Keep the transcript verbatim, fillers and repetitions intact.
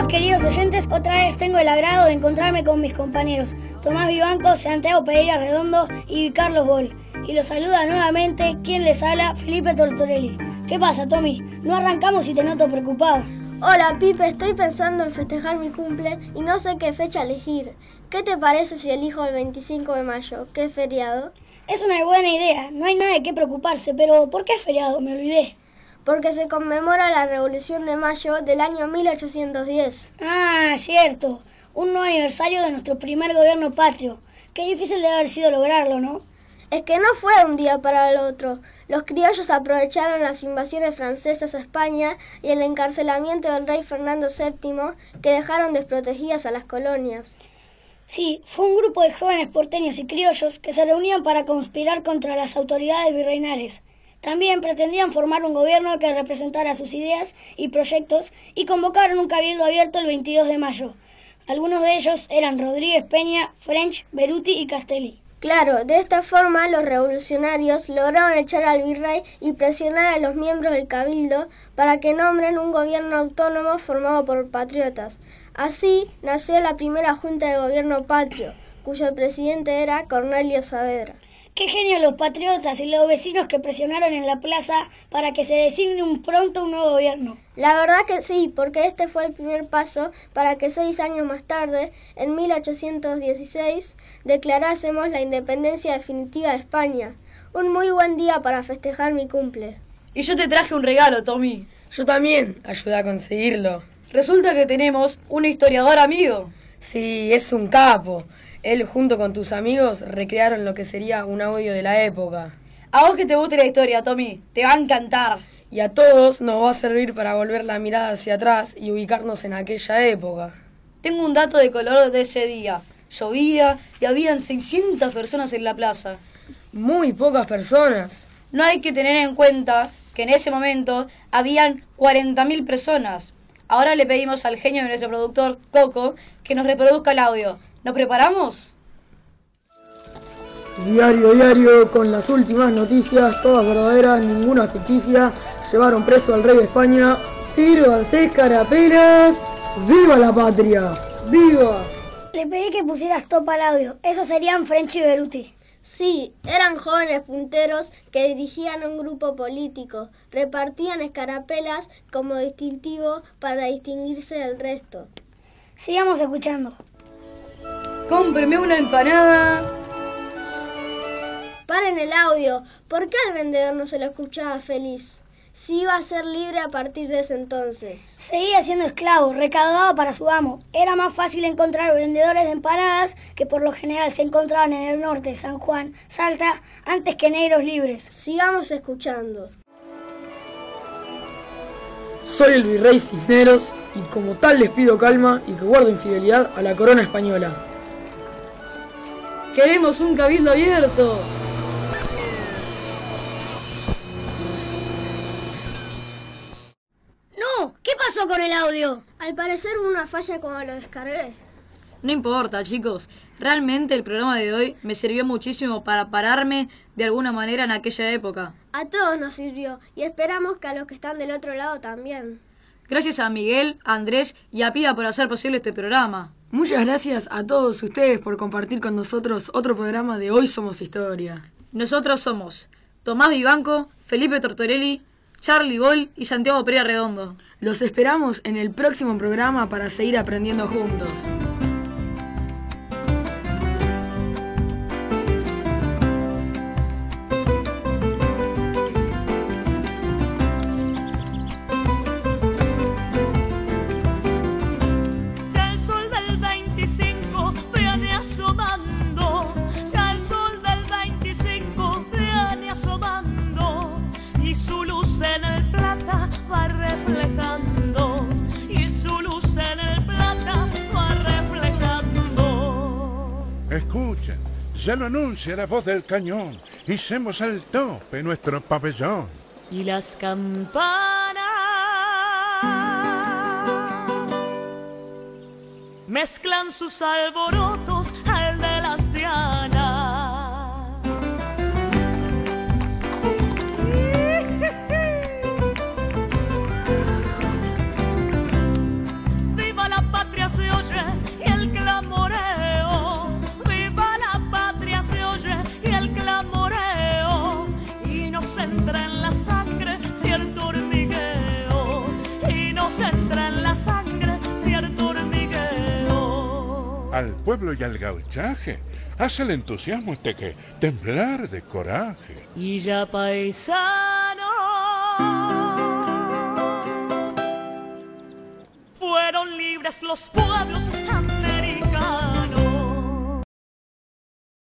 Hola queridos oyentes, otra vez tengo el agrado de encontrarme con mis compañeros Tomás Vivanco, Santiago Pereira Redondo y Carlos Boll. Y los saluda nuevamente quien les habla, Felipe Tortorelli. ¿Qué pasa, Tommy? No arrancamos y te noto preocupado. Hola Pipe, estoy pensando en festejar mi cumple y no sé qué fecha elegir. ¿Qué te parece si elijo el veinticinco de mayo, que es feriado? Es una buena idea, no hay nada de qué preocuparse, pero ¿por qué es feriado? Me olvidé. Porque se conmemora la Revolución de Mayo del año mil ochocientos diez. Ah, cierto. Un nuevo aniversario de nuestro primer gobierno patrio. Qué difícil debe haber sido lograrlo, ¿no? Es que no fue un día para el otro. Los criollos aprovecharon las invasiones francesas a España y el encarcelamiento del rey Fernando séptimo, que dejaron desprotegidas a las colonias. Sí, fue un grupo de jóvenes porteños y criollos que se reunían para conspirar contra las autoridades virreinales. También pretendían formar un gobierno que representara sus ideas y proyectos y convocaron un cabildo abierto el veintidós de mayo. Algunos de ellos eran Rodríguez Peña, French, Beruti y Castelli. Claro, de esta forma los revolucionarios lograron echar al virrey y presionar a los miembros del cabildo para que nombren un gobierno autónomo formado por patriotas. Así nació la primera Junta de Gobierno Patrio, cuyo presidente era Cornelio Saavedra. ¡Qué genio los patriotas y los vecinos que presionaron en la plaza para que se designe un pronto un nuevo gobierno! La verdad que sí, porque este fue el primer paso para que seis años más tarde, en mil ochocientos dieciséis, declarásemos la independencia definitiva de España. Un muy buen día para festejar mi cumple. Y yo te traje un regalo, Tommy. Yo también ayudé a conseguirlo. Resulta que tenemos un historiador amigo. Sí, es un capo. Él junto con tus amigos recrearon lo que sería un audio de la época. A vos que te guste la historia, Tommy, te va a encantar. Y a todos nos va a servir para volver la mirada hacia atrás y ubicarnos en aquella época. Tengo un dato de color de ese día. Llovía y habían seiscientas personas en la plaza. Muy pocas personas. No hay que tener en cuenta que en ese momento habían cuarenta mil personas. Ahora le pedimos al genio de nuestro productor, Coco, que nos reproduzca el audio. ¿Nos preparamos? Diario, diario, con las últimas noticias, todas verdaderas, ninguna ficticia. Llevaron preso al rey de España. ¡Sírvanse, escarapelas! ¡Viva la patria! ¡Viva! Le pedí que pusieras stop al audio. Esos serían French y Beruti. Sí, eran jóvenes punteros que dirigían un grupo político. Repartían escarapelas como distintivo para distinguirse del resto. Sigamos escuchando. ¡Cómpreme una empanada! Paren el audio. ¿Por qué al vendedor no se lo escuchaba feliz? Si iba a ser libre a partir de ese entonces. Seguía siendo esclavo, recaudado para su amo. Era más fácil encontrar vendedores de empanadas, que por lo general se encontraban en el norte, San Juan, Salta, antes que negros libres. Sigamos escuchando. Soy el virrey Cisneros y como tal les pido calma y que guarden fidelidad a la corona española. ¡Queremos un cabildo abierto! ¡No! ¿Qué pasó con el audio? Al parecer hubo una falla cuando lo descargué. No importa, chicos. Realmente el programa de hoy me sirvió muchísimo para pararme de alguna manera en aquella época. A todos nos sirvió y esperamos que a los que están del otro lado también. Gracias a Miguel, a Andrés y a Pía por hacer posible este programa. Muchas gracias a todos ustedes por compartir con nosotros otro programa de Hoy Somos Historia. Nosotros somos Tomás Vivanco, Felipe Tortorelli, Charlie Boll y Santiago Pereira Redondo. Los esperamos en el próximo programa para seguir aprendiendo juntos. Escuchen, ya lo anuncia la voz del cañón. Hicemos al tope nuestro pabellón. Y las campanas mezclan sus alborotos al de las dianas. Viva la al pueblo y al gauchaje. Hace el entusiasmo este que temblar de coraje. Y ya paisano, fueron libres los pueblos